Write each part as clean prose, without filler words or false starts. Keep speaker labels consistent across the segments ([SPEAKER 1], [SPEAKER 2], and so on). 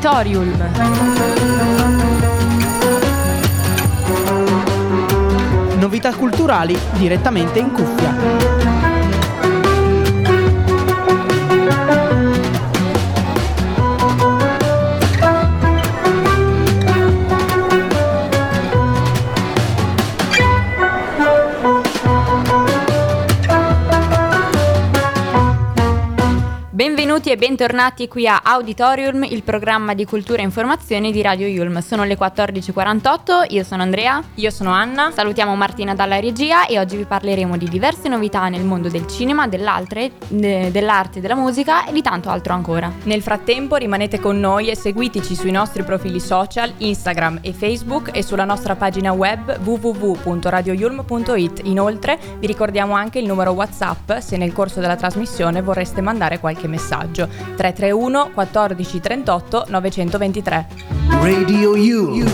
[SPEAKER 1] Auditorium.
[SPEAKER 2] Novità culturali direttamente in cuffia.
[SPEAKER 1] Benvenuti e bentornati qui a Auditorium, il programma di cultura e informazione di Radio Yulm. Sono le 14.48, io sono Andrea.
[SPEAKER 3] Io sono Anna.
[SPEAKER 1] Salutiamo Martina dalla regia e oggi vi parleremo di diverse novità nel mondo del cinema, dell'arte, della musica e di tanto altro ancora.
[SPEAKER 3] Nel frattempo rimanete con noi e seguiteci sui nostri profili social, Instagram e Facebook e sulla nostra pagina web www.radioyulm.it. Inoltre vi ricordiamo anche il numero WhatsApp se nel corso della trasmissione vorreste mandare qualche messaggio. 331 14 38 923.
[SPEAKER 2] Radio Yulm.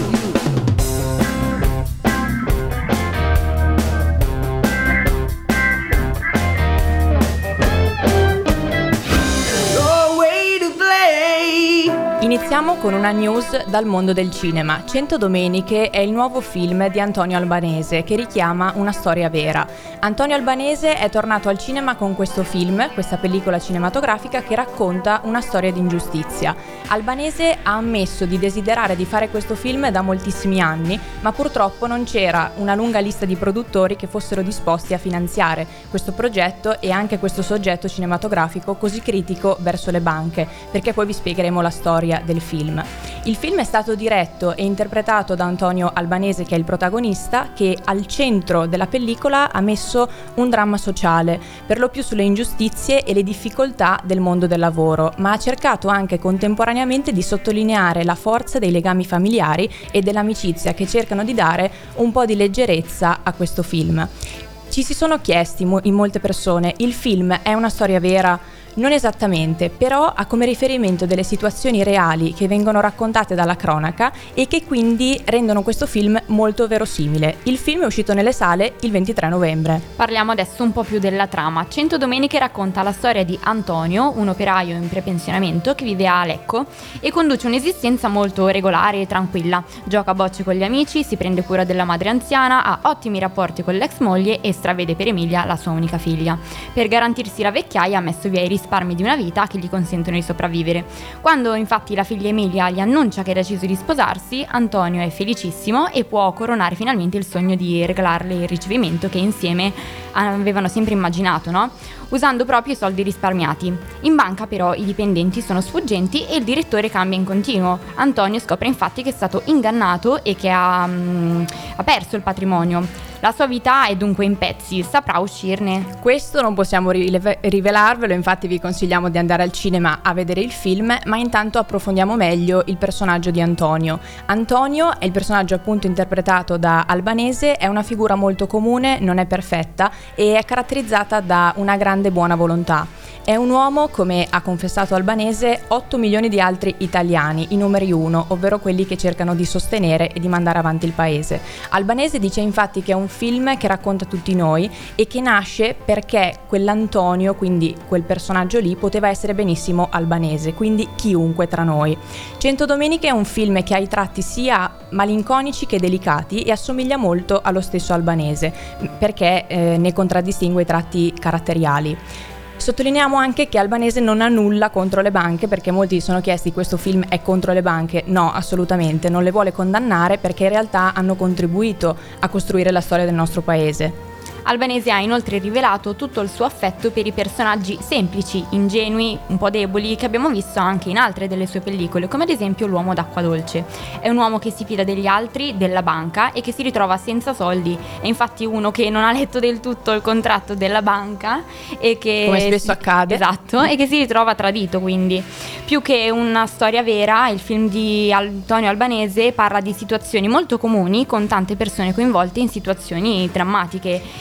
[SPEAKER 3] Iniziamo con una news dal mondo del cinema. 100 Domeniche è il nuovo film di Antonio Albanese che richiama una storia vera. Antonio Albanese è tornato al cinema con questo film, questa pellicola cinematografica che racconta una storia di ingiustizia. Albanese ha ammesso di desiderare di fare questo film da moltissimi anni, ma purtroppo non c'era una lunga lista di produttori che fossero disposti a finanziare questo progetto e anche questo soggetto cinematografico così critico verso le banche, perché poi vi spiegheremo la storia del film. Il film è stato diretto e interpretato da Antonio Albanese, che è il protagonista, che al centro della pellicola ha messo un dramma sociale, per lo più sulle ingiustizie e le difficoltà del mondo del lavoro, ma ha cercato anche contemporaneamente di sottolineare la forza dei legami familiari e dell'amicizia che cercano di dare un po' di leggerezza a questo film. Ci si sono chiesti in molte persone, il film è una storia vera? Non esattamente, però ha come riferimento delle situazioni reali che vengono raccontate dalla cronaca e che quindi rendono questo film molto verosimile. Il film è uscito nelle sale il 23 novembre.
[SPEAKER 1] Parliamo adesso un po' più della trama. 100 Domeniche racconta la storia di Antonio, un operaio in prepensionamento che vive a Lecco e conduce un'esistenza molto regolare e tranquilla. Gioca a bocce con gli amici, si prende cura della madre anziana, ha ottimi rapporti con l'ex moglie e stravede per Emilia, la sua unica figlia. Per garantirsi la vecchiaia ha messo via i risparmi di una vita che gli consentono di sopravvivere. Quando infatti la figlia Emilia gli annuncia che ha deciso di sposarsi, Antonio è felicissimo e può coronare finalmente il sogno di regalarle il ricevimento che insieme avevano sempre immaginato, no? Usando proprio i soldi risparmiati. In banca però i dipendenti sono sfuggenti e il direttore cambia in continuo. Antonio scopre infatti che è stato ingannato e che ha perso il patrimonio. La sua vita è dunque in pezzi, saprà uscirne?
[SPEAKER 3] Questo non possiamo rivelarvelo, infatti vi consigliamo di andare al cinema a vedere il film, ma intanto approfondiamo meglio il personaggio di Antonio. Antonio è il personaggio appunto interpretato da Albanese, è una figura molto comune, non è perfetta e è caratterizzata da una grande buona volontà. È un uomo, come ha confessato Albanese, 8 milioni di altri italiani, i numeri uno, ovvero quelli che cercano di sostenere e di mandare avanti il paese. Albanese dice infatti che è un film che racconta tutti noi e che nasce perché quell'Antonio, quindi quel personaggio lì, poteva essere benissimo Albanese, quindi chiunque tra noi. 100 Domeniche è un film che ha i tratti sia malinconici che delicati e assomiglia molto allo stesso Albanese, perché ne contraddistingue i tratti caratteriali. Sottolineiamo anche che Albanese non ha nulla contro le banche, perché molti si sono chiesti: questo film è contro le banche? No, assolutamente, non le vuole condannare perché in realtà hanno contribuito a costruire la storia del nostro paese.
[SPEAKER 1] Albanese ha inoltre rivelato tutto il suo affetto per i personaggi semplici, ingenui, un po' deboli, che abbiamo visto anche in altre delle sue pellicole, come ad esempio L'uomo d'acqua dolce. È un uomo che si fida degli altri, della banca e che si ritrova senza soldi. È infatti uno che non ha letto del tutto il contratto della banca e che,
[SPEAKER 3] come spesso accade,
[SPEAKER 1] esatto, e che si ritrova tradito. Quindi, più che una storia vera, il film di Antonio Albanese parla di situazioni molto comuni con tante persone coinvolte in situazioni drammatiche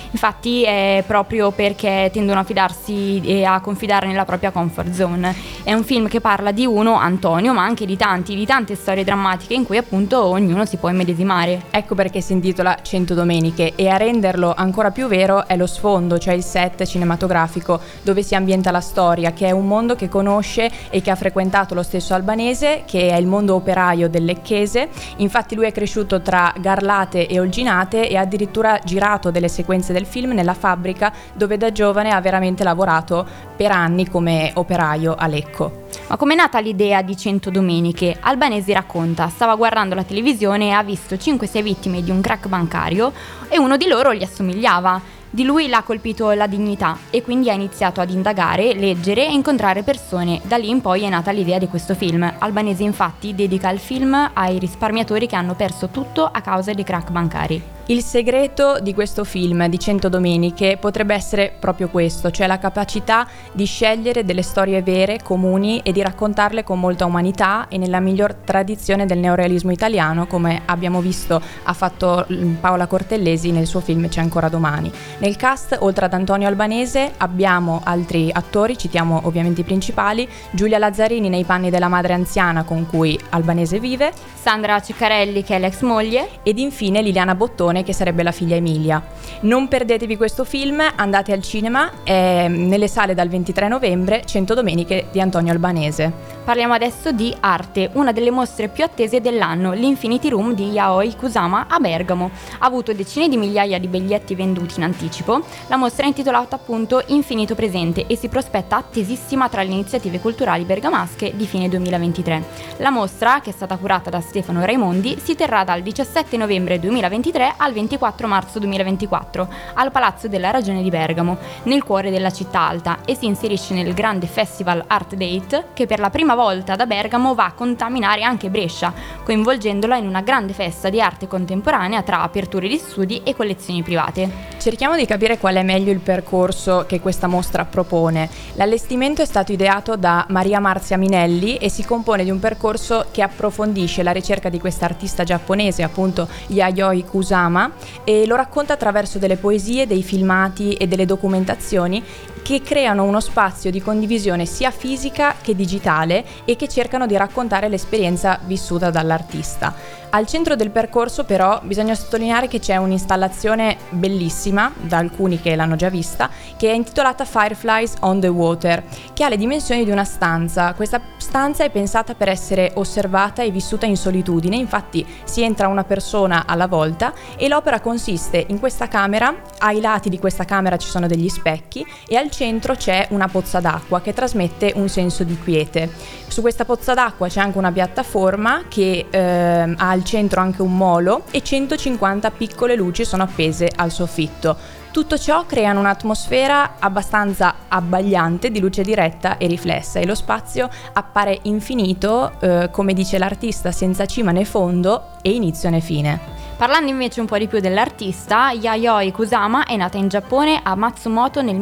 [SPEAKER 1] Infatti è proprio perché tendono a fidarsi e a confidare nella propria comfort zone. È un film che parla di uno, Antonio, ma anche di tante storie drammatiche in cui appunto ognuno si può immedesimare.
[SPEAKER 3] Ecco perché si intitola 100 domeniche, e a renderlo ancora più vero è lo sfondo, cioè il set cinematografico dove si ambienta la storia, che è un mondo che conosce e che ha frequentato lo stesso Albanese, che è il mondo operaio del Lecchese. Infatti lui è cresciuto tra Garlate e Olginate e ha addirittura girato delle sequenze del film nella fabbrica dove da giovane ha veramente lavorato per anni come operaio a Lecco.
[SPEAKER 1] Ma com'è nata l'idea di 100 domeniche? Albanese racconta, stava guardando la televisione e ha visto 5-6 vittime di un crack bancario e uno di loro gli assomigliava. Di lui l'ha colpito la dignità e quindi ha iniziato ad indagare, leggere e incontrare persone. Da lì in poi è nata l'idea di questo film. Albanese infatti dedica il film ai risparmiatori che hanno perso tutto a causa dei crack bancari.
[SPEAKER 3] Il segreto di questo film, di 100 domeniche, potrebbe essere proprio questo, cioè la capacità di scegliere delle storie vere, comuni, e di raccontarle con molta umanità e nella miglior tradizione del neorealismo italiano, come abbiamo visto ha fatto Paola Cortellesi nel suo film C'è ancora domani. Nel cast, oltre ad Antonio Albanese, abbiamo altri attori, citiamo ovviamente i principali: Giulia Lazzarini nei panni della madre anziana con cui Albanese vive,
[SPEAKER 1] Sandra Ceccarelli che è l'ex moglie,
[SPEAKER 3] ed infine Liliana Bottone che sarebbe la figlia Emilia. Non perdetevi questo film, andate al cinema, è nelle sale dal 23 novembre, 100 domeniche di Antonio Albanese.
[SPEAKER 1] Parliamo adesso di arte, una delle mostre più attese dell'anno, l'Infinity Room di Yaoi Kusama a Bergamo. Ha avuto decine di migliaia di biglietti venduti in anticipo. La mostra è intitolata appunto Infinito Presente e si prospetta attesissima tra le iniziative culturali bergamasche di fine 2023. La mostra, che è stata curata da Stefano Raimondi, si terrà dal 17 novembre 2023 al 24 marzo 2024 al Palazzo della Ragione di Bergamo, nel cuore della città alta, e si inserisce nel grande festival Art Date che per la prima volta da Bergamo va a contaminare anche Brescia, coinvolgendola in una grande festa di arte contemporanea tra aperture di studi e collezioni private.
[SPEAKER 3] Cerchiamo di capire qual è meglio il percorso che questa mostra propone. L'allestimento è stato ideato da Maria Marzia Minelli e si compone di un percorso che approfondisce la ricerca di questa artista giapponese, appunto Yayoi Kusama, e lo racconta attraverso delle poesie, dei filmati e delle documentazioni che creano uno spazio di condivisione sia fisica che digitale e che cercano di raccontare l'esperienza vissuta dall'artista. Al centro del percorso però bisogna sottolineare che c'è un'installazione bellissima, da alcuni che l'hanno già vista, che è intitolata Fireflies on the Water, che ha le dimensioni di una stanza. Questa stanza è pensata per essere osservata e vissuta in solitudine, infatti si entra una persona alla volta e l'opera consiste in questa camera. Ai lati di questa camera ci sono degli specchi e al centro c'è una pozza d'acqua che trasmette un senso di quiete. Su questa pozza d'acqua c'è anche una piattaforma che ha al centro anche un molo e 150 piccole luci sono appese al soffitto. Tutto ciò crea un'atmosfera abbastanza abbagliante di luce diretta e riflessa, e lo spazio appare infinito, come dice l'artista, senza cima né fondo e inizio né fine.
[SPEAKER 1] Parlando invece un po' di più dell'artista, Yayoi Kusama è nata in Giappone a Matsumoto nel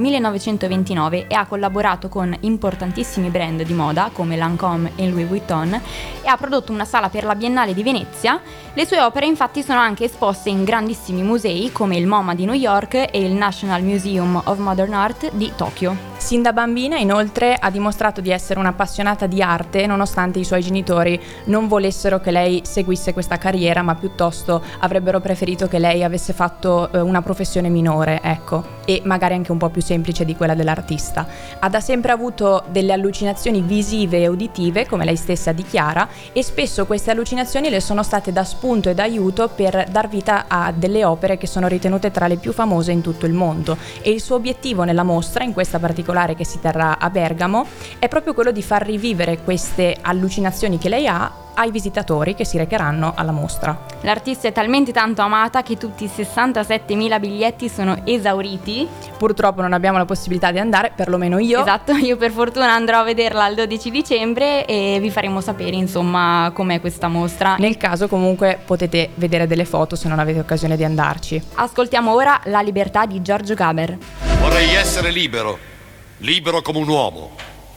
[SPEAKER 1] 1929 e ha collaborato con importantissimi brand di moda come Lancôme e Louis Vuitton e ha prodotto una sala per la Biennale di Venezia. Le sue opere infatti sono anche esposte in grandissimi musei come il MoMA di New York e il National Museum of Modern Art di Tokyo.
[SPEAKER 3] Sin da bambina, inoltre, ha dimostrato di essere un'appassionata di arte, nonostante i suoi genitori non volessero che lei seguisse questa carriera, ma piuttosto avrebbero preferito che lei avesse fatto una professione minore, ecco, e magari anche un po' più semplice di quella dell'artista. Ha da sempre avuto delle allucinazioni visive e uditive, come lei stessa dichiara, e spesso queste allucinazioni le sono state da spunto e d'aiuto per dar vita a delle opere che sono ritenute tra le più famose in tutto il mondo. E il suo obiettivo nella mostra, in questa particolare che si terrà a Bergamo, è proprio quello di far rivivere queste allucinazioni che lei ha ai visitatori che si recheranno alla mostra.
[SPEAKER 1] L'artista è talmente tanto amata che tutti i 67.000 biglietti sono esauriti.
[SPEAKER 3] Purtroppo non abbiamo la possibilità di andare, perlomeno io.
[SPEAKER 1] Esatto, io per fortuna andrò a vederla il 12 dicembre e vi faremo sapere insomma com'è questa mostra.
[SPEAKER 3] Nel caso comunque potete vedere delle foto se non avete occasione di andarci.
[SPEAKER 1] Ascoltiamo ora La libertà di Giorgio Gaber.
[SPEAKER 4] Vorrei essere libero, libero come un uomo.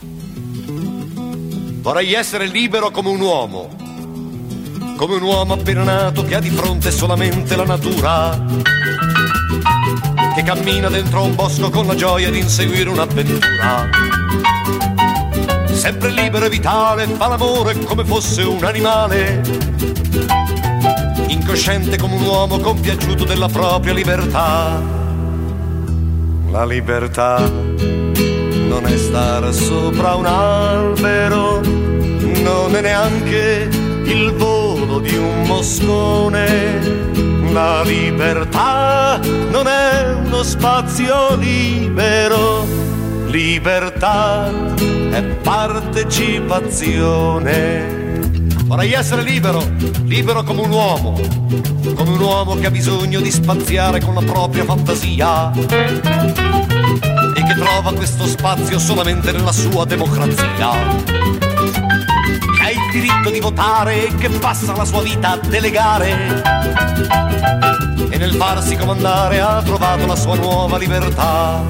[SPEAKER 4] Vorrei essere libero come un uomo appena nato che ha di fronte solamente la natura, che cammina dentro un bosco con la gioia di inseguire un'avventura. Sempre libero e vitale, fa l'amore come fosse un animale, incosciente come un uomo compiaciuto della propria libertà. La libertà non è stare sopra un albero, non è neanche il volo di un moscone. La libertà non è uno spazio libero, libertà è partecipazione. Vorrei essere libero, libero come un uomo che ha bisogno di spaziare con la propria fantasia e che trova questo spazio solamente nella sua democrazia, che ha il diritto di votare e che passa la sua vita a delegare e nel farsi comandare ha trovato la sua nuova libertà.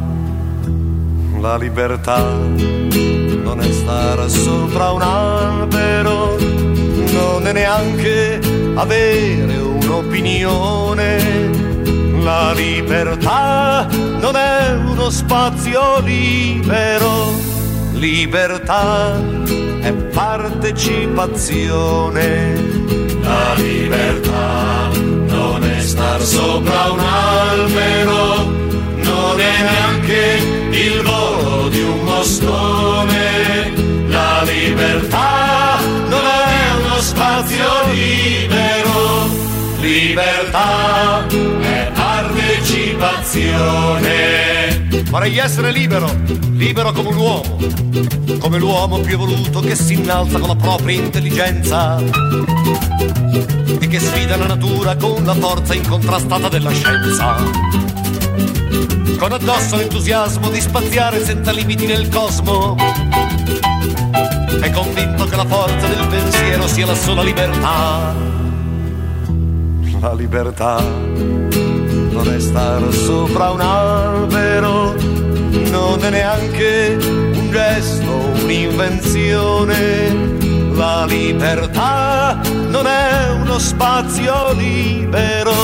[SPEAKER 4] La libertà non è stare sopra un albero, non è neanche avere un'opinione. La libertà non è uno spazio libero, libertà è partecipazione. La libertà non è star sopra un albero, non è neanche il volo di un moscone. La libertà non è uno spazio libero, libertà è partecipazione. Vorrei essere libero, libero come l'uomo più evoluto che si innalza con la propria intelligenza e che sfida la natura con la forza incontrastata della scienza, con addosso l'entusiasmo di spaziare senza limiti nel cosmo, è convinto che la forza del pensiero sia la sola libertà. La libertà non è stare sopra un albero, non è neanche un gesto, un'invenzione. La libertà non è uno spazio libero,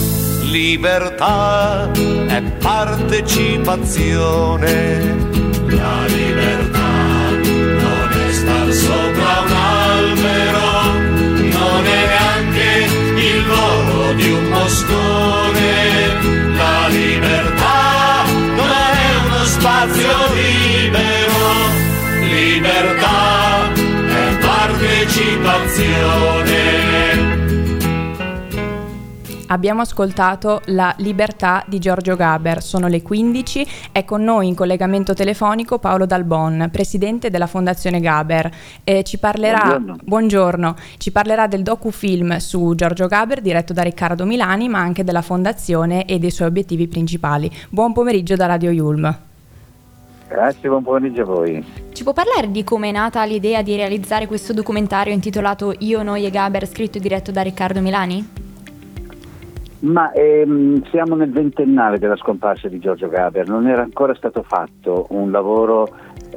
[SPEAKER 4] libertà è partecipazione. La libertà non è star sopra un albero, non è neanche il volo di un moscone. La libertà non è uno spazio libero, libertà è partecipazione.
[SPEAKER 3] Abbiamo ascoltato La libertà di Giorgio Gaber, sono le 15, è con noi in collegamento telefonico Paolo Dalbon, presidente della Fondazione Gaber. Buongiorno, ci parlerà del docufilm su Giorgio Gaber diretto da Riccardo Milani, ma anche della Fondazione e dei suoi obiettivi principali. Buon pomeriggio da Radio Yulm.
[SPEAKER 5] Grazie, buon pomeriggio a voi.
[SPEAKER 1] Ci può parlare di come è nata l'idea di realizzare questo documentario intitolato Io, Noi e Gaber, scritto e diretto da Riccardo Milani?
[SPEAKER 5] Ma siamo nel ventennale della scomparsa di Giorgio Gaber, non era ancora stato fatto un lavoro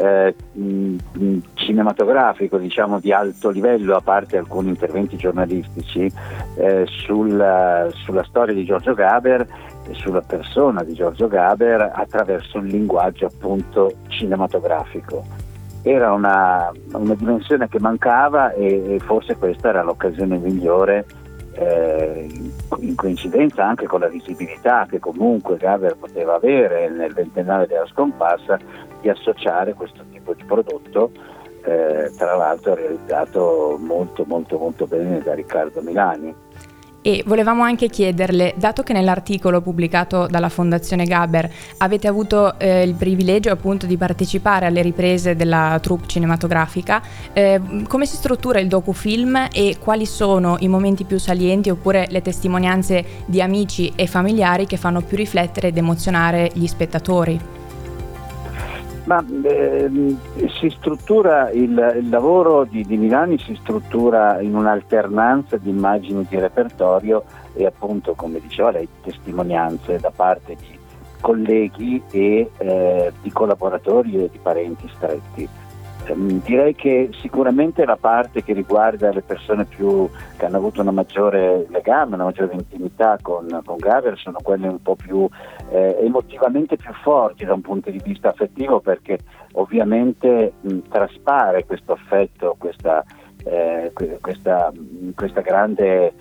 [SPEAKER 5] cinematografico, diciamo, di alto livello, a parte alcuni interventi giornalistici sulla storia di Giorgio Gaber e sulla persona di Giorgio Gaber attraverso un linguaggio appunto cinematografico. Era una dimensione che mancava e forse questa era l'occasione migliore, in coincidenza anche con la visibilità che comunque Gaber poteva avere nel ventennale della scomparsa, di associare questo tipo di prodotto, tra l'altro realizzato molto molto molto bene da Riccardo Milani.
[SPEAKER 3] E volevamo anche chiederle, dato che nell'articolo pubblicato dalla Fondazione Gaber avete avuto il privilegio appunto di partecipare alle riprese della troupe cinematografica, come si struttura il docufilm e quali sono i momenti più salienti oppure le testimonianze di amici e familiari che fanno più riflettere ed emozionare gli spettatori?
[SPEAKER 5] Ma si struttura il lavoro di Milani si struttura in un'alternanza di immagini di repertorio e appunto, come diceva lei, testimonianze da parte di colleghi e di collaboratori e di parenti stretti. Direi che sicuramente la parte che riguarda le persone che hanno avuto una maggiore legame, una maggiore intimità con Gaber sono quelle un po' più emotivamente più forti da un punto di vista affettivo, perché ovviamente traspare questo affetto, questa grande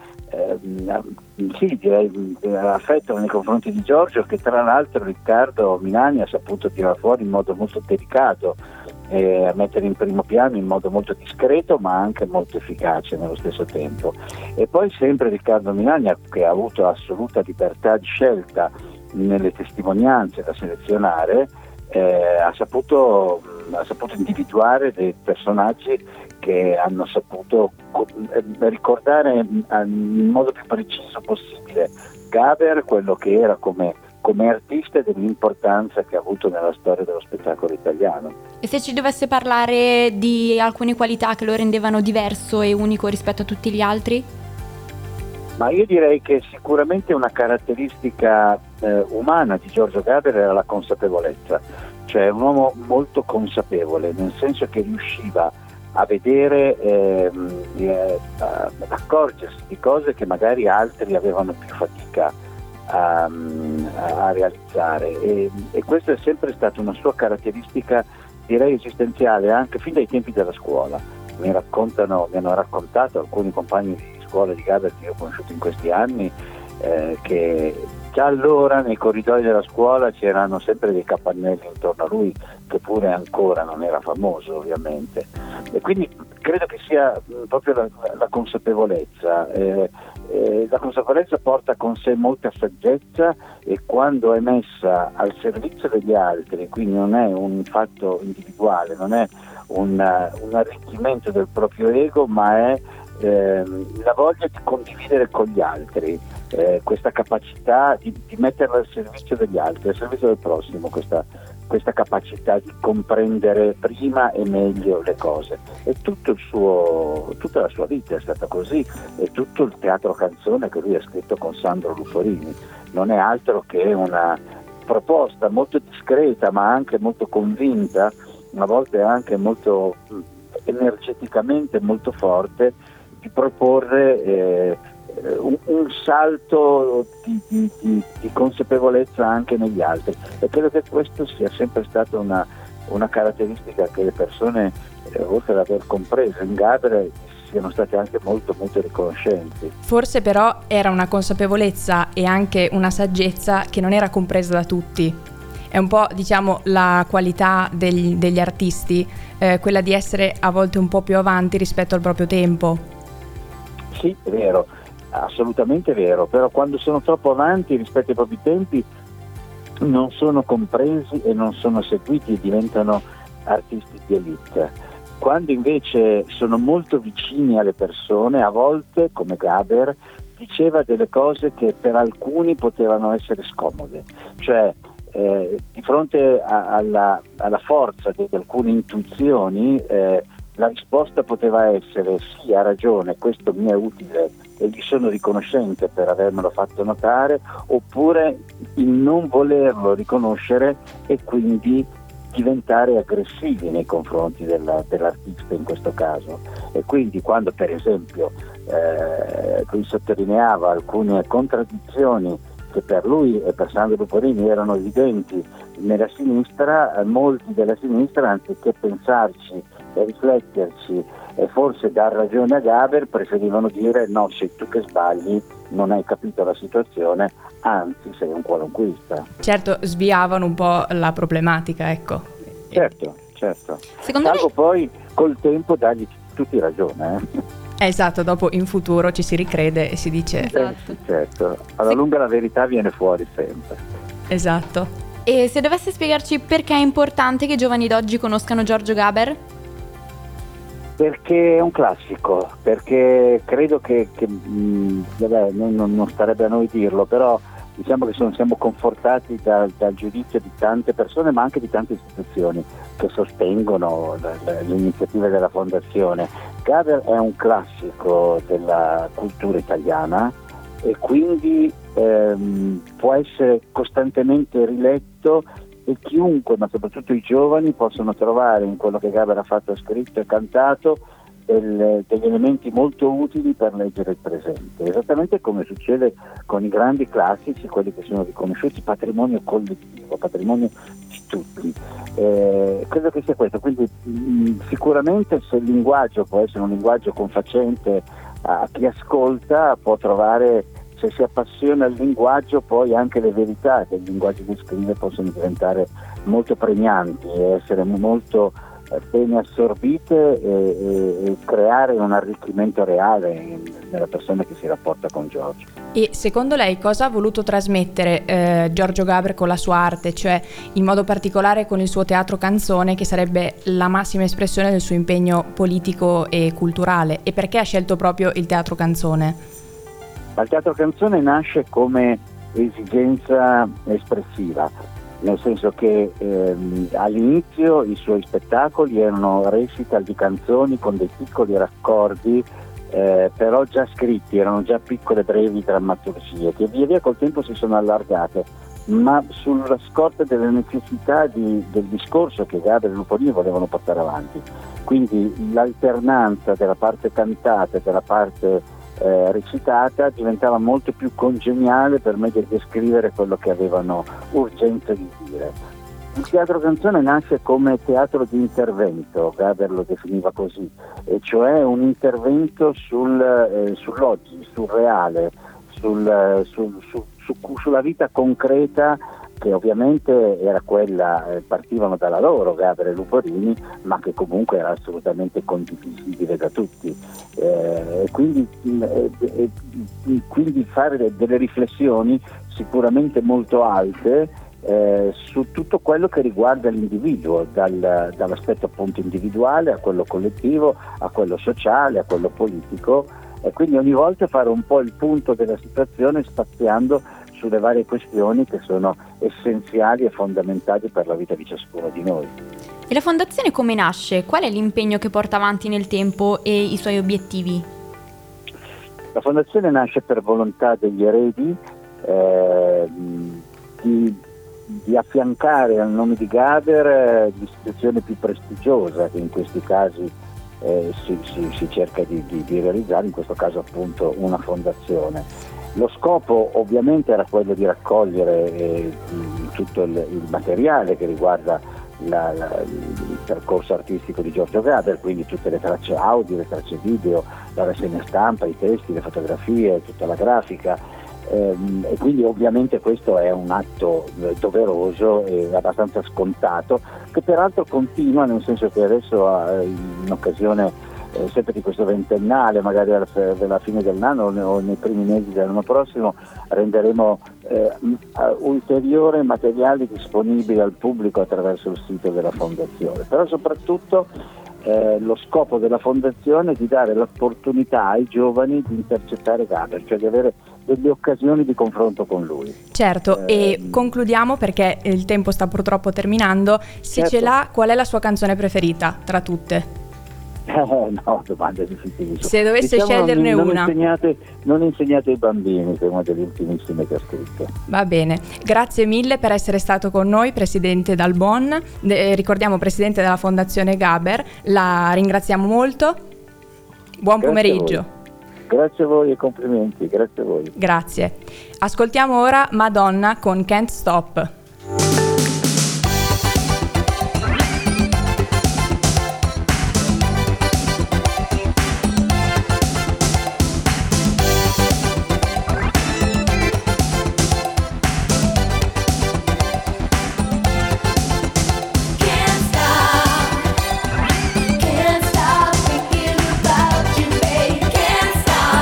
[SPEAKER 5] direi affetto nei confronti di Giorgio, che tra l'altro Riccardo Milani ha saputo tirare fuori in modo molto delicato, a mettere in primo piano in modo molto discreto ma anche molto efficace nello stesso tempo. E poi sempre Riccardo Milani, che ha avuto assoluta libertà di scelta nelle testimonianze da selezionare, ha saputo individuare dei personaggi che hanno saputo ricordare in modo più preciso possibile Gaber, quello che era come artista, e dell'importanza che ha avuto nella storia dello spettacolo italiano.
[SPEAKER 1] E se ci dovesse parlare di alcune qualità che lo rendevano diverso e unico rispetto a tutti gli altri?
[SPEAKER 5] Ma io direi che sicuramente una caratteristica umana di Giorgio Gaber era la consapevolezza, cioè un uomo molto consapevole, nel senso che riusciva a vedere, ad accorgersi di cose che magari altri avevano più fatica a realizzare, e questa è sempre stata una sua caratteristica, direi esistenziale, anche fin dai tempi della scuola. Mi hanno raccontato alcuni compagni di scuola di Gaber che io ho conosciuto in questi anni, che già allora nei corridoi della scuola c'erano sempre dei capannelli intorno a lui, che pure ancora non era famoso ovviamente, e quindi credo che sia proprio la consapevolezza. La consapevolezza porta con sé molta saggezza, e quando è messa al servizio degli altri, quindi non è un fatto individuale, non è un arricchimento del proprio ego, ma è la voglia di condividere con gli altri, questa capacità di metterla al servizio degli altri, al servizio del prossimo, questa capacità di comprendere prima e meglio le cose. E tutta la sua vita è stata così, e tutto il teatro canzone che lui ha scritto con Sandro Luporini non è altro che una proposta molto discreta ma anche molto convinta, a volte anche molto energeticamente molto forte, di proporre un salto di consapevolezza anche negli altri, e credo che questo sia sempre stata una caratteristica che le persone, oltre ad aver compreso in Gaber, siano state anche molto molto riconoscenti.
[SPEAKER 3] Forse però era una consapevolezza e anche una saggezza che non era compresa da tutti. È un po', diciamo, la qualità degli artisti, quella di essere a volte un po' più avanti rispetto al proprio tempo.
[SPEAKER 5] Sì, è vero, assolutamente vero, però quando sono troppo avanti rispetto ai propri tempi non sono compresi e non sono seguiti, e diventano artisti di elite. Quando invece sono molto vicini alle persone, a volte, come Gaber, diceva delle cose che per alcuni potevano essere scomode, cioè di fronte alla forza di alcune intuizioni, la risposta poteva essere: sì, ha ragione, questo mi è utile e gli sono riconoscente per avermelo fatto notare, oppure il non volerlo riconoscere e quindi diventare aggressivi nei confronti dell'artista in questo caso. E quindi quando per esempio lui sottolineava alcune contraddizioni che per lui e per Sandro Luporini erano evidenti nella sinistra, molti della sinistra, anziché pensarci e rifletterci e forse dar ragione a Gaber, preferivano dire: no, sei tu che sbagli, non hai capito la situazione, anzi sei un qualunquista.
[SPEAKER 3] Certo, sviavano un po' la problematica, ecco.
[SPEAKER 5] Certo. Salvo poi col tempo dargli tutti ragione.
[SPEAKER 3] Esatto, dopo in futuro ci si ricrede e si dice...
[SPEAKER 1] Esatto.
[SPEAKER 5] Certo, alla lunga la verità viene fuori sempre.
[SPEAKER 3] Esatto.
[SPEAKER 1] E se dovesse spiegarci perché è importante che i giovani d'oggi conoscano Giorgio Gaber?
[SPEAKER 5] Perché è un classico, perché credo che vabbè, non starebbe a noi dirlo, però diciamo che siamo confortati dal giudizio di tante persone, ma anche di tante istituzioni che sostengono le iniziative della Fondazione. Gaber è un classico della cultura italiana e quindi può essere costantemente riletto e chiunque, ma soprattutto i giovani, possono trovare in quello che Gaber ha fatto, scritto e cantato degli elementi molto utili per leggere il presente, esattamente come succede con i grandi classici, quelli che sono riconosciuti patrimonio collettivo, patrimonio di tutti. Credo che sia questo, quindi sicuramente se il linguaggio può essere un linguaggio confacente a chi ascolta, può trovare, se si appassiona al linguaggio, poi anche le verità che il linguaggio descrive possono diventare molto pregnanti e essere molto bene assorbite e creare un arricchimento reale nella persona che si rapporta con Giorgio.
[SPEAKER 3] E secondo lei cosa ha voluto trasmettere Giorgio Gaber con la sua arte, cioè in modo particolare con il suo teatro canzone, che sarebbe la massima espressione del suo impegno politico e culturale, e perché ha scelto proprio il teatro canzone?
[SPEAKER 5] Il teatro canzone nasce come esigenza espressiva, nel senso che all'inizio i suoi spettacoli erano recital di canzoni con dei piccoli raccordi, però già scritti, erano già piccole brevi drammaturgie che via via col tempo si sono allargate, ma sulla scorta delle necessità del discorso che Gaber e Luporini volevano portare avanti. Quindi l'alternanza della parte cantata e della parte recitata diventava molto più congeniale per me di descrivere quello che avevano urgenza di dire. Il teatro canzone nasce come teatro di intervento, Gaber lo definiva così, e cioè un intervento sull'oggi, sul reale, sulla vita concreta, che ovviamente era quella, partivano dalla loro, Gaber e Luporini, ma che comunque era assolutamente condivisibile da tutti. Quindi fare delle riflessioni sicuramente molto alte su tutto quello che riguarda l'individuo, dall'aspetto appunto individuale a quello collettivo, a quello sociale, a quello politico, e quindi ogni volta fare un po' il punto della situazione spaziando sulle varie questioni che sono essenziali e fondamentali per la vita di ciascuno di noi.
[SPEAKER 1] E la fondazione come nasce? Qual è l'impegno che porta avanti nel tempo e i suoi obiettivi?
[SPEAKER 5] La fondazione nasce per volontà degli eredi di affiancare al nome di Gaber l'istituzione più prestigiosa che in questi casi si cerca di realizzare, in questo caso appunto una fondazione. Lo scopo ovviamente era quello di raccogliere tutto il materiale che riguarda il percorso artistico di Giorgio Gaber, quindi tutte le tracce audio, le tracce video, la rassegna stampa, i testi, le fotografie, tutta la grafica, e quindi ovviamente questo è un atto doveroso e abbastanza scontato, che peraltro continua, nel senso che adesso in occasione sempre di questo ventennale, magari alla fine dell'anno o nei primi mesi dell'anno prossimo, renderemo ulteriori materiali disponibili al pubblico attraverso il sito della Fondazione. Però soprattutto lo scopo della Fondazione è di dare l'opportunità ai giovani di intercettare Gaber, cioè di avere delle occasioni di confronto con lui.
[SPEAKER 3] Certo, e concludiamo perché il tempo sta purtroppo terminando. Se
[SPEAKER 5] certo.
[SPEAKER 3] ce l'ha, qual è la sua canzone preferita tra tutte?
[SPEAKER 5] No, domanda difficilissima.
[SPEAKER 3] Se dovesse sceglierne una.
[SPEAKER 5] Non insegnate ai bambini, che è una delle ultimissime che ha scritto.
[SPEAKER 3] Va bene, grazie mille per essere stato con noi, Presidente Dalbon, ricordiamo Presidente della Fondazione Gaber, la ringraziamo molto, buon pomeriggio.
[SPEAKER 5] Grazie a voi e complimenti, grazie a voi.
[SPEAKER 3] Grazie. Ascoltiamo ora Madonna con Can't Stop.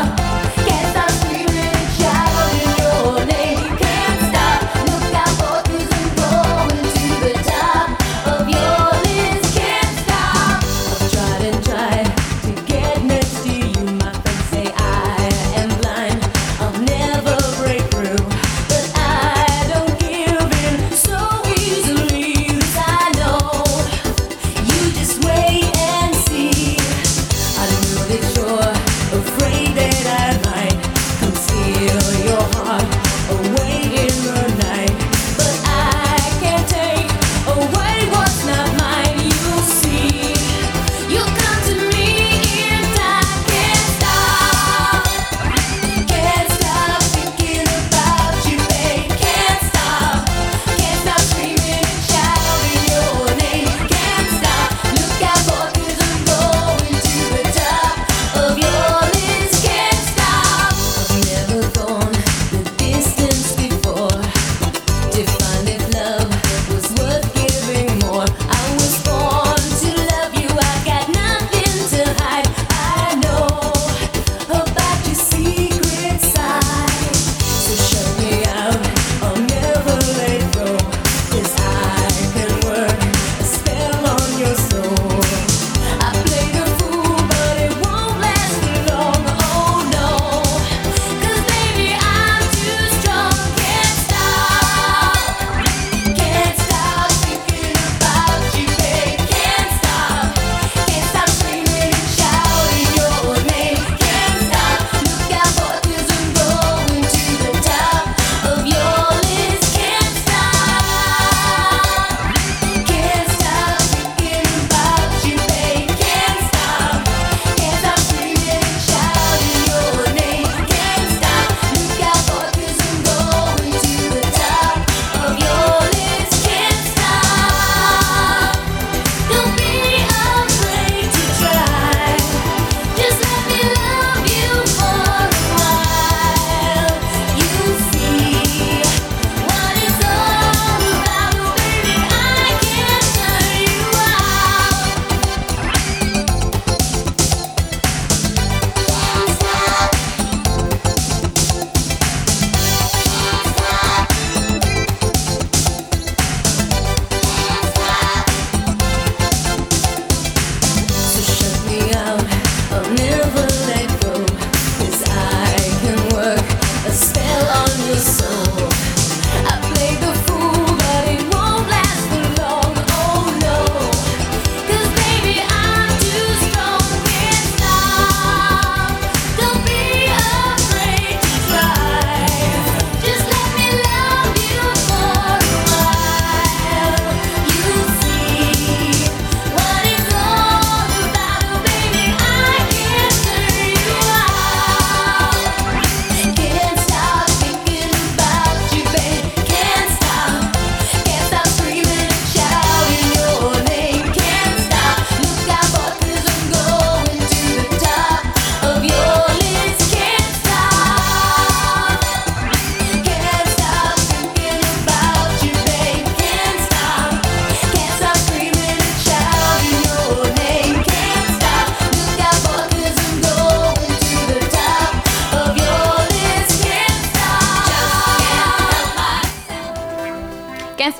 [SPEAKER 6] Can't stop,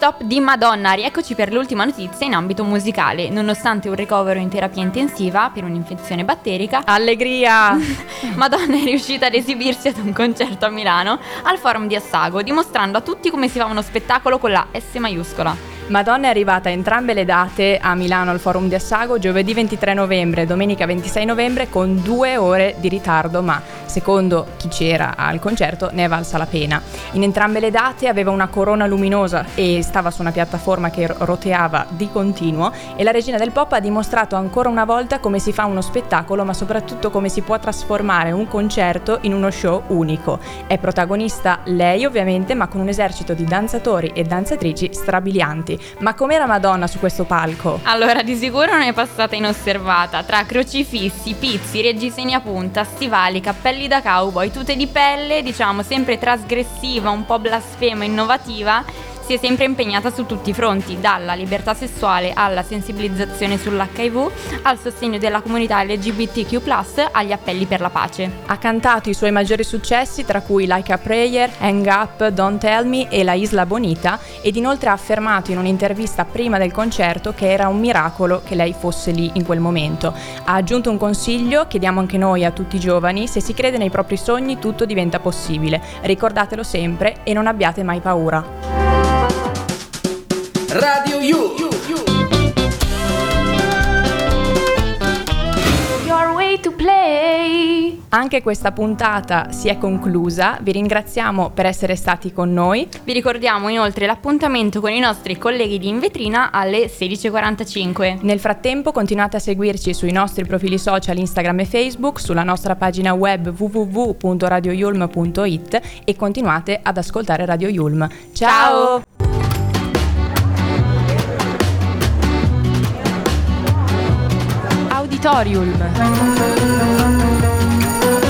[SPEAKER 1] flop di Madonna. Rieccoci per l'ultima notizia in ambito musicale. Nonostante un ricovero in terapia intensiva per un'infezione batterica,
[SPEAKER 3] allegria!
[SPEAKER 1] Madonna è riuscita ad esibirsi ad un concerto a Milano al Forum di Assago, dimostrando a tutti come si fa uno spettacolo con la S maiuscola.
[SPEAKER 3] Madonna è arrivata a entrambe le date a Milano al Forum di Assago, giovedì 23 novembre e domenica 26 novembre, con 2 ore di ritardo, ma secondo chi c'era al concerto ne è valsa la pena. In entrambe le date aveva una corona luminosa e stava su una piattaforma che roteava di continuo, e la regina del pop ha dimostrato ancora una volta come si fa uno spettacolo, ma soprattutto come si può trasformare un concerto in uno show unico. È protagonista lei ovviamente, ma con un esercito di danzatori e danzatrici strabilianti. Ma com'era Madonna su questo palco?
[SPEAKER 1] Allora, di sicuro non è passata inosservata. Tra crocifissi, pizzi, reggiseni a punta, stivali, cappelli da cowboy, tute di pelle, diciamo sempre trasgressiva, un po' blasfema, innovativa, si è sempre impegnata su tutti i fronti, dalla libertà sessuale alla sensibilizzazione sull'HIV, al sostegno della comunità LGBTQ+, agli appelli per la pace.
[SPEAKER 3] Ha cantato i suoi maggiori successi, tra cui Like a Prayer, Hang Up, Don't Tell Me e La Isla Bonita, ed inoltre ha affermato in un'intervista prima del concerto che era un miracolo che lei fosse lì in quel momento. Ha aggiunto un consiglio che diamo anche noi a tutti i giovani: se si crede nei propri sogni tutto diventa possibile. Ricordatelo sempre e non abbiate mai paura.
[SPEAKER 2] Radio You.
[SPEAKER 1] Your way to play.
[SPEAKER 3] Anche questa puntata si è conclusa, vi ringraziamo per essere stati con noi.
[SPEAKER 1] Vi ricordiamo inoltre l'appuntamento con i nostri colleghi di In Vetrina alle 16:45.
[SPEAKER 3] Nel frattempo continuate a seguirci sui nostri profili social Instagram e Facebook, sulla nostra pagina web www.radioyulm.it e continuate ad ascoltare Radio Yulm. Ciao!
[SPEAKER 1] Auditorium.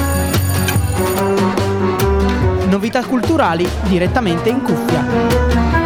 [SPEAKER 2] Novità culturali direttamente in cuffia.